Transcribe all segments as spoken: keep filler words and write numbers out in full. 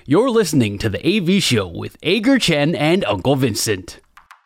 You're listening to The A V Show with Ager Chen and Uncle Vincent.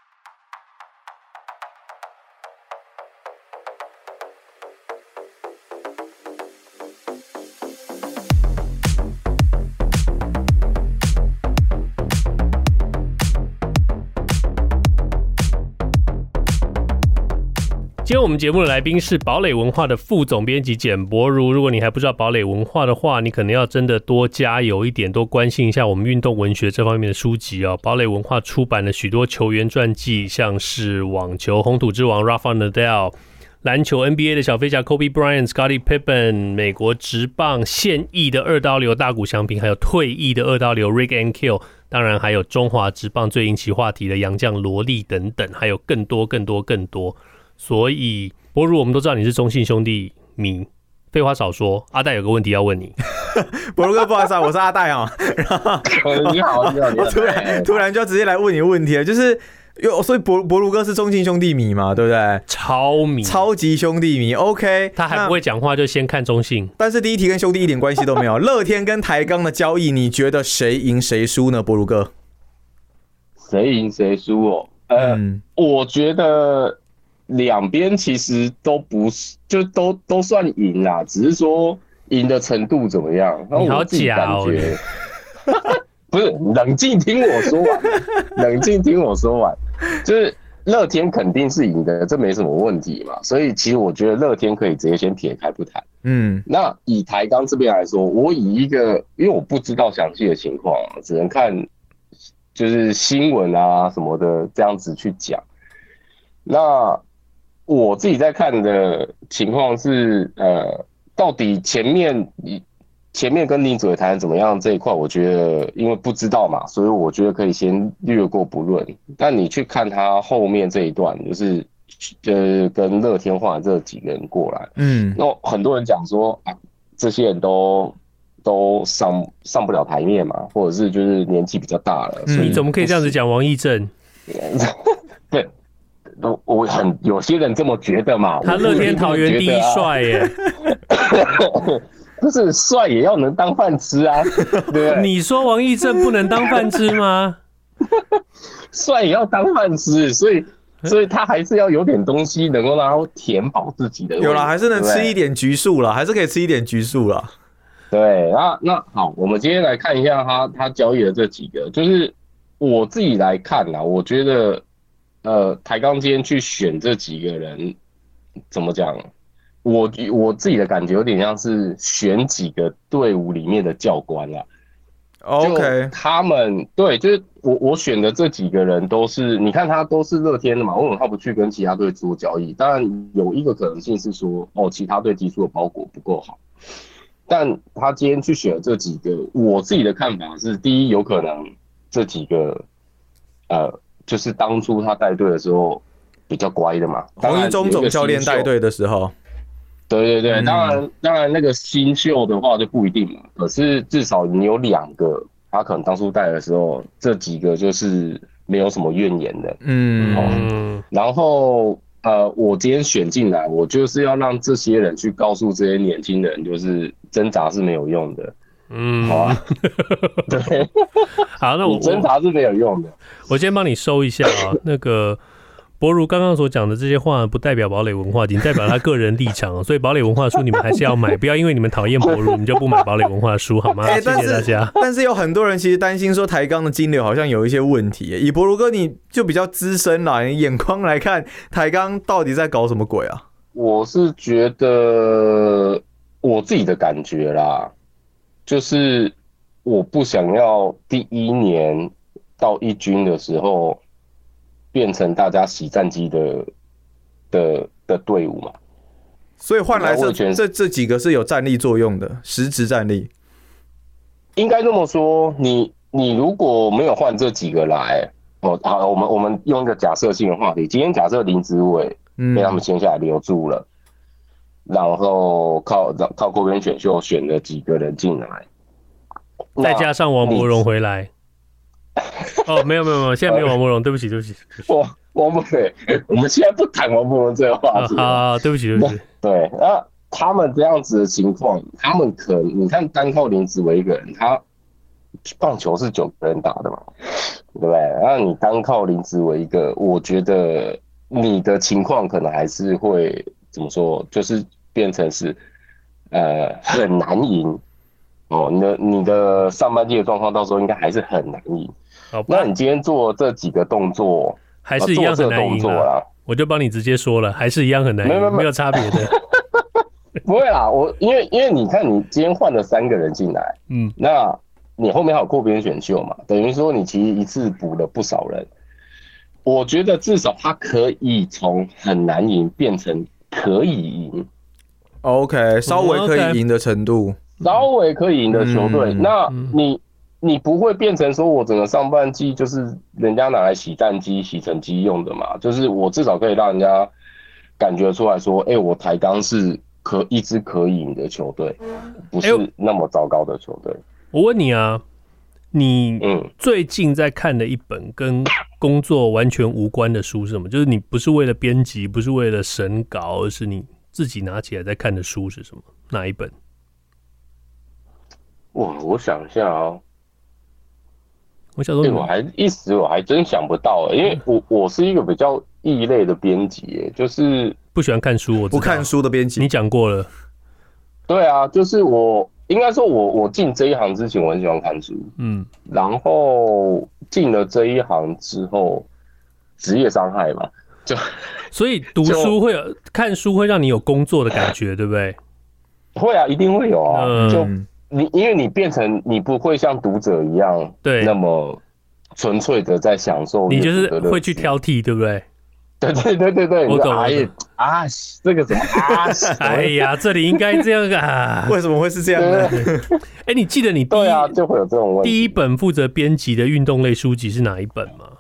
今天我们节目的来宾是堡垒文化的副总编辑简博如。如果你还不知道堡垒文化的话，你可能要真的多加油一点，多关心一下我们运动文学这方面的书籍哦。堡垒文化出版了许多球员传记，像是网球红土之王 Rafa Nadal， 篮球 N B A 的小飞侠 Kobe Bryant、Scottie Pippen， 美国职棒现役的二刀流大谷翔平，还有退役的二刀流 Rick Ankiel， 当然还有中华职棒最引起话题的洋将罗力等等，还有更多更多更多。所以，博如，我们都知道你是中信兄弟迷，废话少说，阿戴有个问题要问你。 博如哥，不好意思啊，我是阿戴啊。 你好，你好，你好。 突然突然就直接来问你问题了，就是所以博博如哥是中信兄弟迷嘛，对不对？ 超迷， 超级兄弟迷。OK， 他还不会讲话，就先看中信。 但是第一题跟兄弟一点关系都没有。乐天跟台钢的交易，你觉得谁赢谁输呢？博如哥， 谁赢谁输哦？呃，嗯、我觉得。两边其实都不是，就都都算赢啦，只是说赢的程度怎么样。然后我自己感觉，不是冷静听我说完，冷静听我说完，就是乐天肯定是赢的，这没什么问题嘛。所以其实我觉得乐天可以直接先撇开不谈。嗯，那以台钢这边来说，我以一个因为我不知道详细的情况，只能看就是新闻啊什么的这样子去讲。那我自己在看的情况是，呃，到底前面前面跟林子伟谈怎么样这一块，我觉得因为不知道嘛，所以我觉得可以先略过不论。但你去看他后面这一段，就是呃跟乐天换这几个人过来，嗯，那很多人讲说啊，这些人都都上上不了台面嘛，或者是就是年纪比较大了， 嗯、 所以你怎么可以这样子讲王溢正？ 对。我很有些人这么觉得嘛， 他乐天桃园第一帅耶， 不是帅也要能当饭吃啊，对不对？ 你说王溢正不能当饭吃吗？ 帅也要当饭吃，所以所以他还是要有点东西能够让他填饱自己的胃。 有啦，还是能吃一点局数啦，还是可以吃一点局数啦。 对，那那好，我们今天来看一下他他交易的这几个，就是我自己来看啦，我觉得。呃，台钢今天去选这几个人，怎么讲？我我自己的感觉有点像是选几个队伍里面的教官啦。 OK， 他们对，就是我我选的这几个人都是，你看他都是乐天的嘛，为什么他不去跟其他队做交易？当然有一个可能性是说，哦，其他队提出的包裹不够好。但他今天去选的这几个，我自己的看法是，第一，有可能这几个，呃。就是当初他带队的时候比较乖的嘛， 洪一中总教练带队的时候， 对对对，嗯、当然当然那个新秀的话就不一定嘛，可是至少你有两个，他可能当初带的时候，这几个就是没有什么怨言的，嗯，哦、然后呃，我今天选进来，我就是要让这些人去告诉这些年轻人，就是挣扎是没有用的。嗯，好啊，对， 好，那我侦查是没有用的。 我先帮你收一下啊。那个博如刚刚所讲的这些话，不代表堡垒文化，仅代表他个人立场，所以堡垒文化的书你们还是要买，不要因为你们讨厌博如，你们就不买堡垒文化的书，好吗？欸、谢谢大家。 但是有很多人其实担心说台钢的金流好像有一些问题。以博如哥你就比较资深啦，你眼光来看，台钢到底在搞什么鬼啊？ 我是觉得我自己的感觉啦。就是我不想要第一年到一军的时候变成大家洗战机的的的队伍嘛， 所以换来这这这几个是有战力作用的，实质战力。 应该这么说，你你如果没有换这几个来，哦，好，我们我们用一个假设性的话题，今天假设林子伟被他们签下来留住了。嗯，然后靠靠国联选秀选了几个人进来， 再加上王柏荣回来。哦，没有没有没有，现在没有王柏荣，对不起对不起。 王王柏荣，我们现在不谈王柏荣这个话题。 啊，对不起对不起。 对，那他们这样子的情况，他们可你看单靠林子伟一个人，他棒球是九个人打的嘛，对不对？那你单靠林子伟一个，我觉得你的情况可能还是会怎么说，就是变成是呃很难赢哦。你的你的上半季的状况，到时候应该还是很难赢。那你今天做这几个动作， 还是一样很难赢啦。我就帮你直接说了，还是一样很难赢，没有没有差别的。 不会啦，我因为因为你看，你今天换了三个人进来，嗯，那你后面还有扩编选秀嘛，等于说你其实一次补了不少人。我觉得至少他可以从很难赢变成可以赢 ，OK， 稍微可以赢的程度， 稍微可以赢的球队。嗯、那你你不会变成说我整个上半季就是人家拿来洗战绩、洗成绩用的嘛？就是我至少可以让人家感觉出来说，哎、欸，我台钢是可一支可以赢的球队，不是那么糟糕的球队。欸、 我问你啊，你最近在看的一本跟工作完全无关的书是什么？就是你不是为了编辑，不是为了审稿，而是你自己拿起来在看的书是什么？哪一本？ 哇，我想一下哦。 我想说、 欸，我还一时我还真想不到，因为我我是一个比较异类的编辑，就是不喜欢看书，我知道不看书的编辑， 你讲过了。 对啊，就是我应该说我，我我进这一行之前，我很喜欢看书，嗯，然后进了这一行之后，职业伤害嘛，就所以读书会有看书会让你有工作的感觉，对不对？ 会啊，一定会有啊，嗯、就。你因为你变成你不会像读者一样，对，那么纯粹的在享受， 你就是会去挑剔，对不对？ 对对对对对， 我懂。 哎呀啊，这个怎么啊？ 哎呀，这里应该这样啊？ 为什么会是这样呢？ 哎，你记得你第一对啊，就会有这种问题。 第一本负责编辑的运动类书籍是哪一本吗？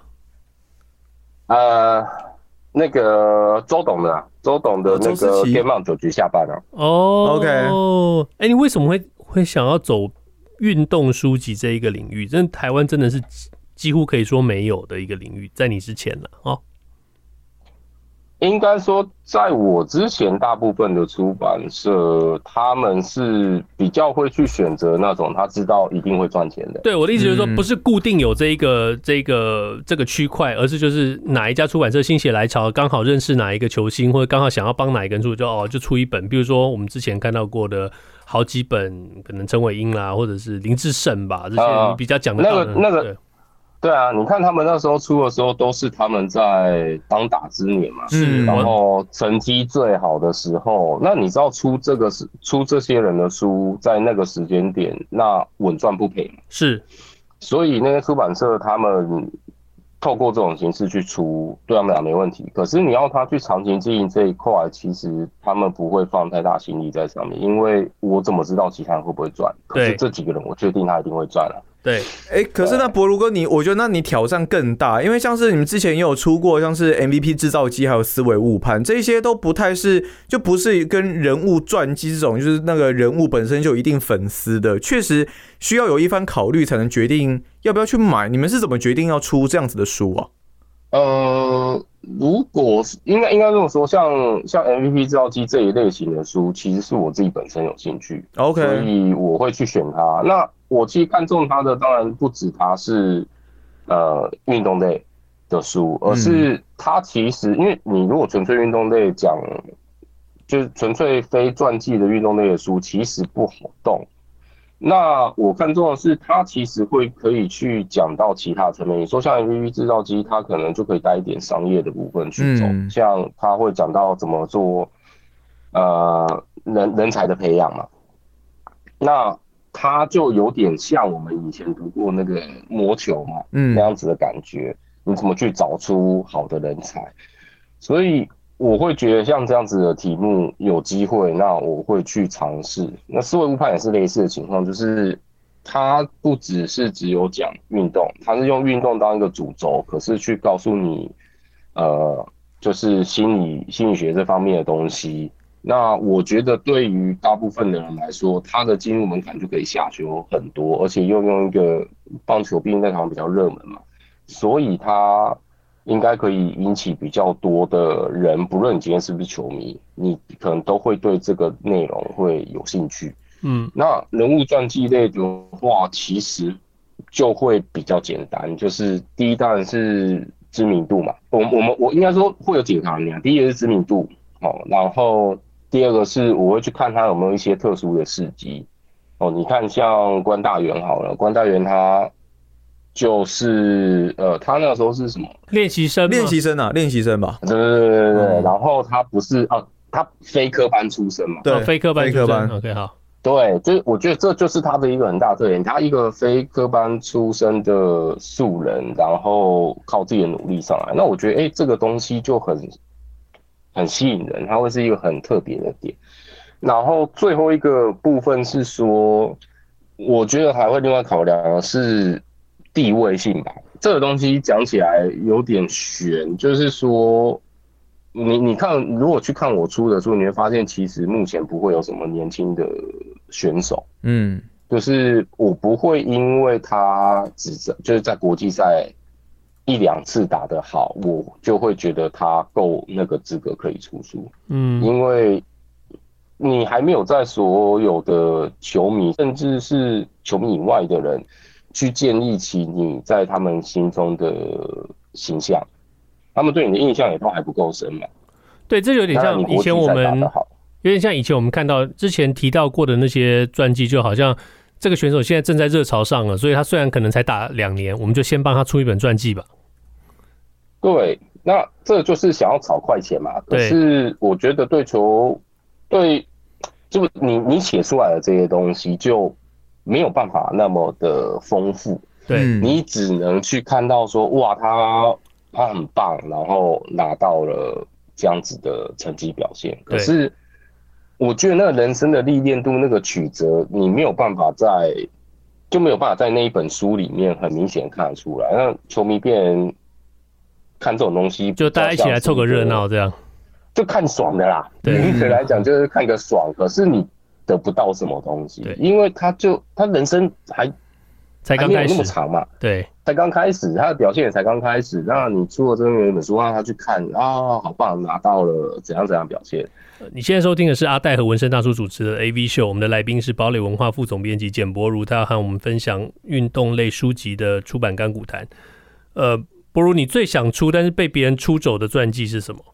呃，那个周董的、啊，周董的那个《电棒九局下半》啊。 哦 ，OK。哎，你为什么会？会想要走运动书籍这一个领域，真的台湾真的是几乎可以说没有的一个领域，在你之前了哦。 应该说，在我之前，大部分的出版社他们是比较会去选择那种他知道一定会赚钱的。 对，我的意思就是说，不是固定有这一个、嗯、这个这个区块，而是就是哪一家出版社心血来潮，刚好认识哪一个球星，或者刚好想要帮哪一个人出，就哦就出一本。比如说我们之前看到过的好几本，可能陈伟英啦，或者是林志胜吧，这些你比较讲得到的、 呃、那个那个。对啊，你看他们那时候出的时候，都是他们在当打之年嘛，是，然后成绩最好的时候。那你知道出这个是出这些人的书，在那个时间点，那稳赚不赔嘛？ 是， 所以那些出版社他们透过这种形式去出，对他们俩没问题。可是你要他去长期经营这一块，其实他们不会放太大心力在上面，因为我怎么知道其他人会不会赚？可是这几个人，我确定他一定会赚啊。 对， 哎、欸，可是那博如哥你，我觉得那你挑战更大，因为像是你们之前也有出过，像是 M V P 制造机，还有思维误判，这些都不太是，就不是跟人物传记这种，就是那个人物本身就有一定粉丝的，确实需要有一番考虑才能决定要不要去买。你们是怎么决定要出这样子的书啊？ 呃，如果应该应该这么说，像像 M V P 制造机这一类型的书，其实是我自己本身有兴趣 ，OK， 所以我会去选它。那我其实看中它的，当然不止它是呃运动类的书，而是它其实、嗯、因为你如果纯粹运动类讲，就是纯粹非传记的运动类的书，其实不好动。那我看中的是，它其实会可以去讲到其他层面。你说像 M V P 制造机，它可能就可以带一点商业的部分去走，嗯、像它会讲到怎么做呃人人才的培养嘛。那它就有点像我们以前读过那个魔球嘛，嗯，那样子的感觉。你怎么去找出好的人才？所以我会觉得像这样子的题目有机会，那我会去尝试。那思维误判也是类似的情况，就是它不只是只有讲运动，它是用运动当一个主轴，可是去告诉你，呃，就是心理心理学这方面的东西。那我觉得对于大部分的人来说，他的进入门槛就可以下修很多，而且又用一个棒球，毕竟在台湾比较热门嘛，所以他应该可以引起比较多的人，不论你今天是不是球迷，你可能都会对这个内容会有兴趣。嗯，那人物传记类的话，其实就会比较简单，就是第一当然是知名度嘛，我我们我应该说会有几个考量，第一个是知名度，哦，然后第二个是我会去看他有没有一些特殊的事迹，哦，你看像关大元好了，关大元他就是呃，他那个时候是什么练习生？ 练习生啊，练习生吧。 对对对对对，嗯、然后他不是啊，他非科班出身嘛， 对，哦、非科班出身。 非科班 OK， 好。 对，就我觉得这就是他的一个很大特点，他一个非科班出身的素人，然后靠自己的努力上来，那我觉得哎、欸，这个东西就很很吸引人，它会是一个很特别的点。然后最后一个部分是说，我觉得还会另外考量的是地位性吧，这个东西讲起来有点悬，就是说。你你看，如果去看我出的书，你会发现其实目前不会有什么年轻的选手， 嗯， 就是我不会因为他只在就是在国际赛一两次打得好，我就会觉得他够那个资格可以出书，嗯，因为你还没有在所有的球迷，甚至是球迷以外的人，去建立起你在他们心中的形象。他们对你的印象也都还不够深嘛？ 对，这有点像以前我们，有点像以前我们看到之前提到过的那些传记，就好像这个选手现在正在热潮上了，所以他虽然可能才打两年，我们就先帮他出一本传记吧。 对，那这就是想要炒快钱嘛。可是我觉得对球，对，就你你写出来的这些东西就没有办法那么的丰富。 对， 你只能去看到说，哇，他。他很棒，然后拿到了这样子的成绩表现。可是我觉得那个人生的历练度、那个曲折，你没有办法在就没有办法在那一本书里面很明显看得出来。那球迷变成看这种东西， 就大家一起来凑个热闹，这样就看爽的啦。严格来讲，就是看个爽。可是你得不到什么东西，因为他就他人生还才刚开始那么长嘛， 对。 才刚开始，他的表现也才刚开始。那你出了这一本书，让他去看啊，好棒，拿到了怎样怎样表现。 你现在收听的是阿戴和文生大叔主持的 A V 秀，我们的来宾是堡垒文化副总编辑简博如，他要和我们分享运动类书籍的出版甘苦谈。呃，博如，你最想出但是被别人出走的传记是什么？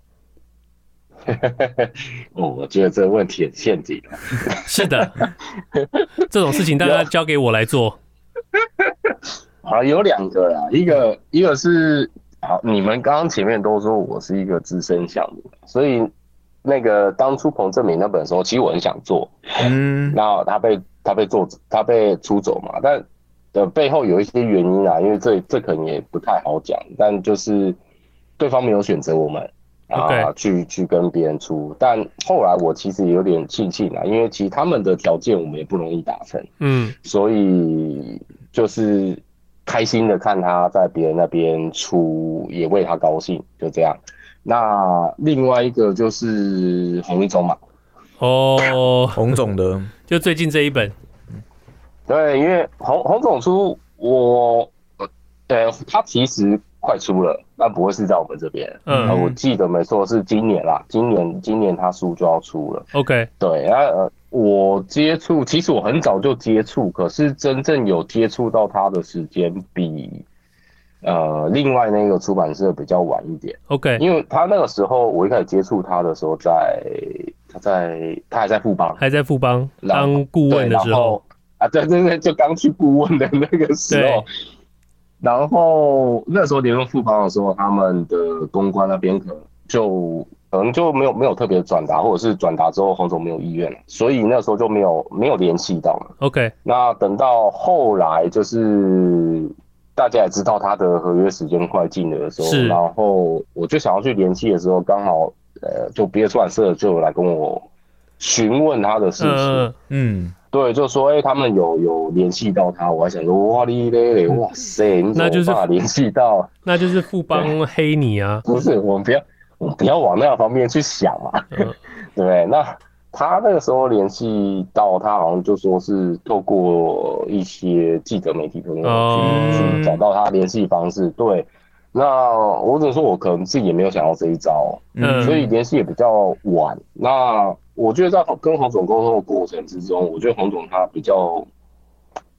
哦，我觉得这个问题很陷阱。 是的，这种事情大家交给我来做。 好，有两个啦，一个一个是好，你们刚刚前面都说我是一个资深项目，所以那个当初彭正明那本的时候，其实我很想做，嗯，那他被他被做他被出走嘛，但的背后有一些原因啊，因为这这可能也不太好讲，但就是对方没有选择我们啊， okay. 去去跟别人出，但后来我其实也有点庆幸啊，因为其实他们的条件我们也不容易达成，嗯，所以就是开心的看他在别人那边出，也为他高兴，就这样。那另外一个就是洪一中嘛， 哦， 洪总的， 就最近这一本， 对，因为洪洪总出我，呃，他其实快出了，但不会是在我们这边。嗯、呃，我记得没错是今年啦，今年今年他书就要出了。 OK， 对，那呃，我接触，其实我很早就接触，可是真正有接触到他的时间比呃另外那个出版社比较晚一点。 OK， 因为他那个时候我一开始接触他的时候在，在他在他还在富邦， 还在富邦当顾问的时候啊，对对对，就刚去顾问的那个时候。然后那时候联络富邦的时候，他们的公关那边可能就可能就没有没有特别转达，或者是转达之后洪总没有意愿了，所以那时候就没有没有联系到了。 OK， 那等到后来就是大家也知道他的合约时间快进了的时候，然后我就想要去联系的时候，刚好呃就别的出版社就来跟我询问他的事情，嗯。嗯对，就说哎、欸，他们有有联系到他，我还想说哇哩嘞嘞，哇塞，你怎么办法联系到？ 那就是富邦黑你啊！ 不是，我们不要，我们不要往那个方面去想嘛，嗯、对不对？那他那个时候联系到他，好像就说是透过一些记者媒体朋友去、哦、去找到他联系方式。对，那我只能说我可能自己也没有想到这一招，嗯，所以联系也比较晚。那我觉得在跟洪总沟通的过程之中，我觉得洪总他比较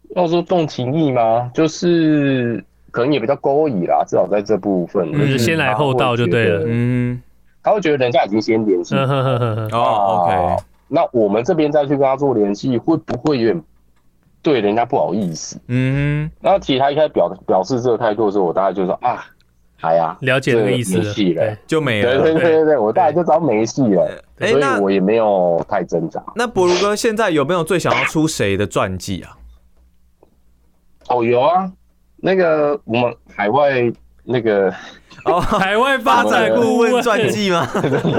要说动情义吗？就是可能也比较勾引啦，至少在这部分， 嗯， 就是先来后到就对了。 嗯， 他会觉得人家已经先联系了。 哦 ，OK。 那我们这边再去跟他做联系，会不会有点对人家不好意思？嗯，然后其实他一开始表表示这个态度的时候，我大概就说啊，哎呀， 了解那个意思了， 没戏了， 就没了。 对对对对，我大概就知道没戏了，所以我也没有太挣扎。 那博如哥现在有没有最想要出谁的传记啊？ 嗯、 哦，有啊，那个我们海外那个。 哦， 海外发展顾问传记吗？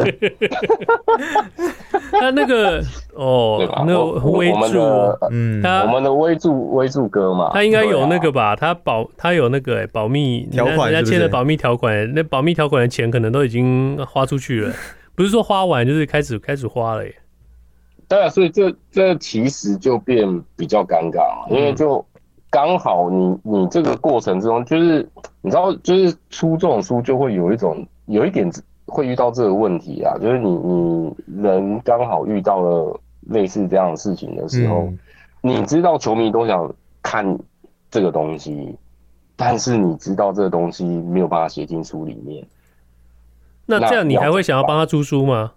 他那个哦，那个威助， 嗯，我们的威助威助哥嘛， 他应该有那个吧？他保他有那个保密条款， 人家签的保密条款，那保密条款的钱可能都已经花出去了，不是说花完，就是开始开始花了耶。 对啊，所以这这其实就变比较尴尬，因为就。刚好你你这个过程之中，就是你知道，就是出这种书就会有一种有一点会遇到这个问题啊，就是你你人刚好遇到了类似这样的事情的时候，嗯、你知道球迷都想看这个东西，但是你知道这个东西没有办法写进书里面， 那这样你还会想要帮他出书吗？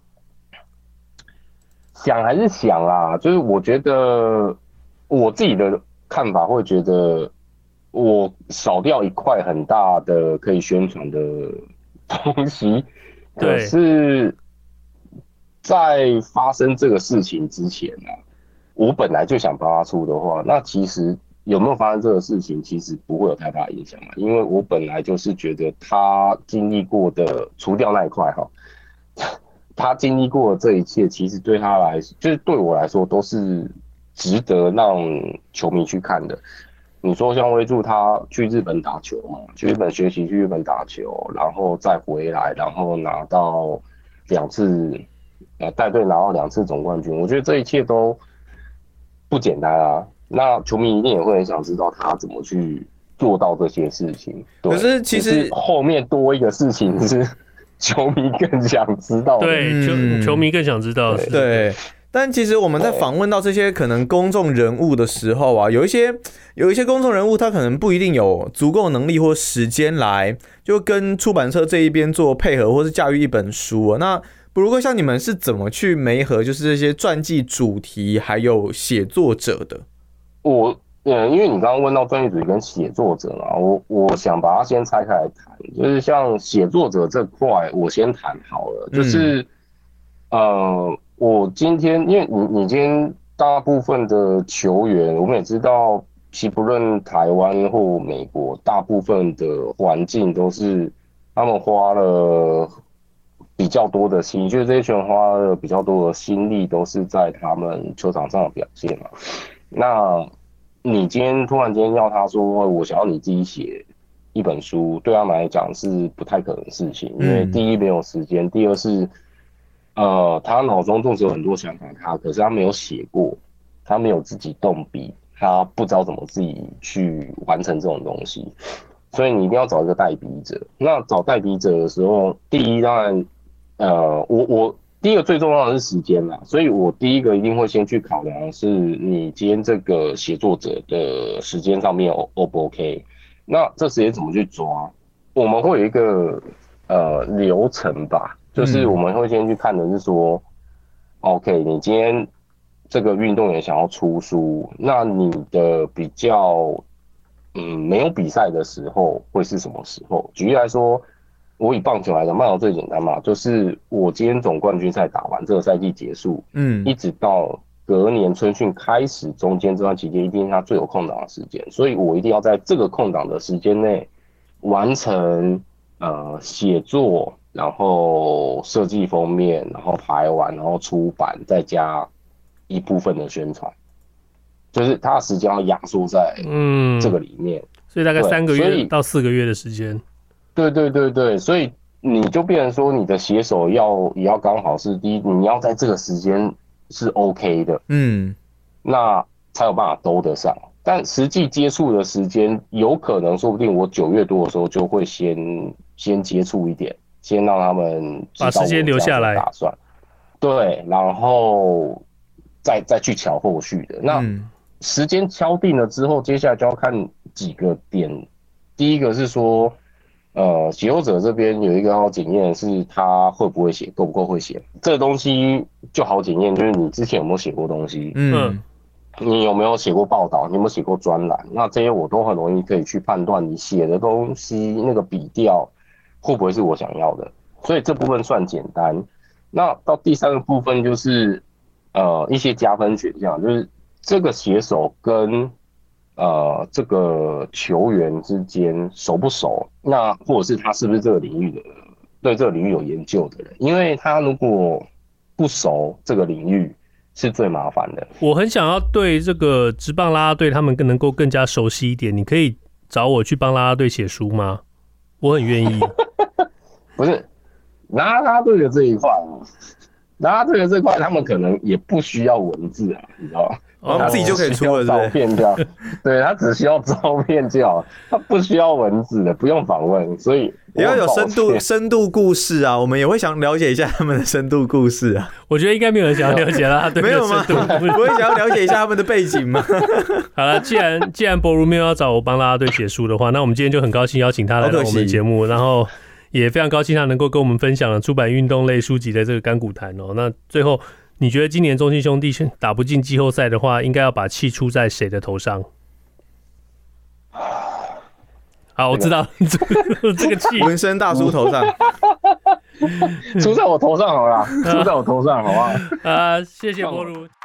想还是想啦，就是我觉得我自己的。看法会觉得我少掉一块很大的可以宣传的东西，可是，在发生这个事情之前啊，我本来就想帮他出的话，那其实有没有发生这个事情，其实不会有太大影响嘛，因为我本来就是觉得他经历过的，除掉那一块哈，他经历过的这一切，其实对他来，就是对我来说都是。值得让球迷去看的。你说像威助他去日本打球嘛，去日本学习，去日本打球，然后再回来，然后拿到两次，呃，带队拿到两次总冠军，我觉得这一切都不简单啊。那球迷一定也会很想知道他怎么去做到这些事情。 可是其实后面多一个事情是球迷更想知道的， 对，球、嗯、球迷更想知道的是， 对。但其实我们在访问到这些可能公众人物的时候啊，有一些有一些公众人物他可能不一定有足够能力或时间来就跟出版社这一边做配合，或是驾驭一本书啊。那不过像你们是怎么去媒合，就是这些传记主题还有写作者的？ 我嗯，因为你刚刚问到传记主题跟写作者嘛，我我想把它先拆开来谈，就是像写作者这块，我先谈好了，就是、嗯、呃。我今天，因为你你今天大部分的球员，我们也知道，其不论台湾或美国，大部分的环境都是他们花了比较多的心，就是这些球员花了比较多的心力，都是在他们球场上的表现嘛。那你今天突然间要他说，我想要你自己写一本书，对他们来讲是不太可能的事情，因为第一没有时间，第二是。呃，他脑中纵使有很多想法，他可是他没有写过，他没有自己动笔，他不知道怎么自己去完成这种东西，所以你一定要找一个代笔者。那找代笔者的时候，第一当然，呃，我我第一个最重要的是时间啦，所以我第一个一定会先去考量的是你今天这个写作者的时间上面 O 不 OK？ 那这时间怎么去抓？我们会有一个呃流程吧。就是我们会先去看的是说、嗯、，OK， 你今天这个运动员想要出书，那你的比较，嗯，没有比赛的时候会是什么时候？举例来说，我以棒球来讲，棒球最简单嘛，就是我今天总冠军赛打完，这个赛季结束，嗯，一直到隔年春训开始，中间这段期间一定是他最有空档的时间，所以我一定要在这个空档的时间内完成呃写作。然后设计封面，然后排完，然后出版，再加一部分的宣传，就是它的时间要压缩在嗯这个里面、嗯， 所以大概三个月到四个月的时间。 对对对对，所以你就变成说你的写手要也要刚好是第一，你要在这个时间是 OK 的，嗯，那才有办法兜得上。但实际接触的时间，有可能说不定我九月多的时候就会先先接触一点。先让他们把时间留下来， 打算对，然后再再去瞧后续的。那、嗯、 时间敲定了之后，接下来就要看几个点。第一个是说，呃，写作者这边有一个要检验是他会不会写，够不够会写。这个东西就好检验，就是你之前有没有写过东西， 嗯， 你有没有写过报道，你有没有写过专栏，那这些我都很容易可以去判断你写的东西那个笔调会不会是我想要的，所以这部分算简单。那到第三个部分就是呃一些加分选项，就是这个写手跟呃这个球员之间熟不熟，那或者是他是不是这个领域的对这个领域有研究的人，因为他如果不熟这个领域是最麻烦的。 我很想要对这个职棒啦啦队他们更能够更加熟悉一点，你可以找我去帮啦啦队写书吗？我很愿意。 不是啦啦队的这一块，啦啦队的这一块，他们可能也不需要文字啊，你知道吗？ 哦，他自己就可以出了， 照片就好，对，他只需要照片就好，他不需要文字的，不用访问，所以也要有深度深度故事啊，我们也会想了解一下他们的深度故事啊。 我觉得应该没有人想要了解啦，对， 没有吗？不会想要了解一下他们的背景吗？ 好了，既然既然博如没有要找我帮啦啦队写书的话，那我们今天就很高兴邀请他来到我们的节目，然后也非常高兴他能够跟我们分享了出版运动类书籍的这个甘苦谈哦。那最后，你觉得今年中信兄弟打不进季后赛的话，应该要把气出在谁的头上？好，我知道这个气纹身大叔头上， 出在我头上好了，出在我头上好不好？ 啊，谢谢博如。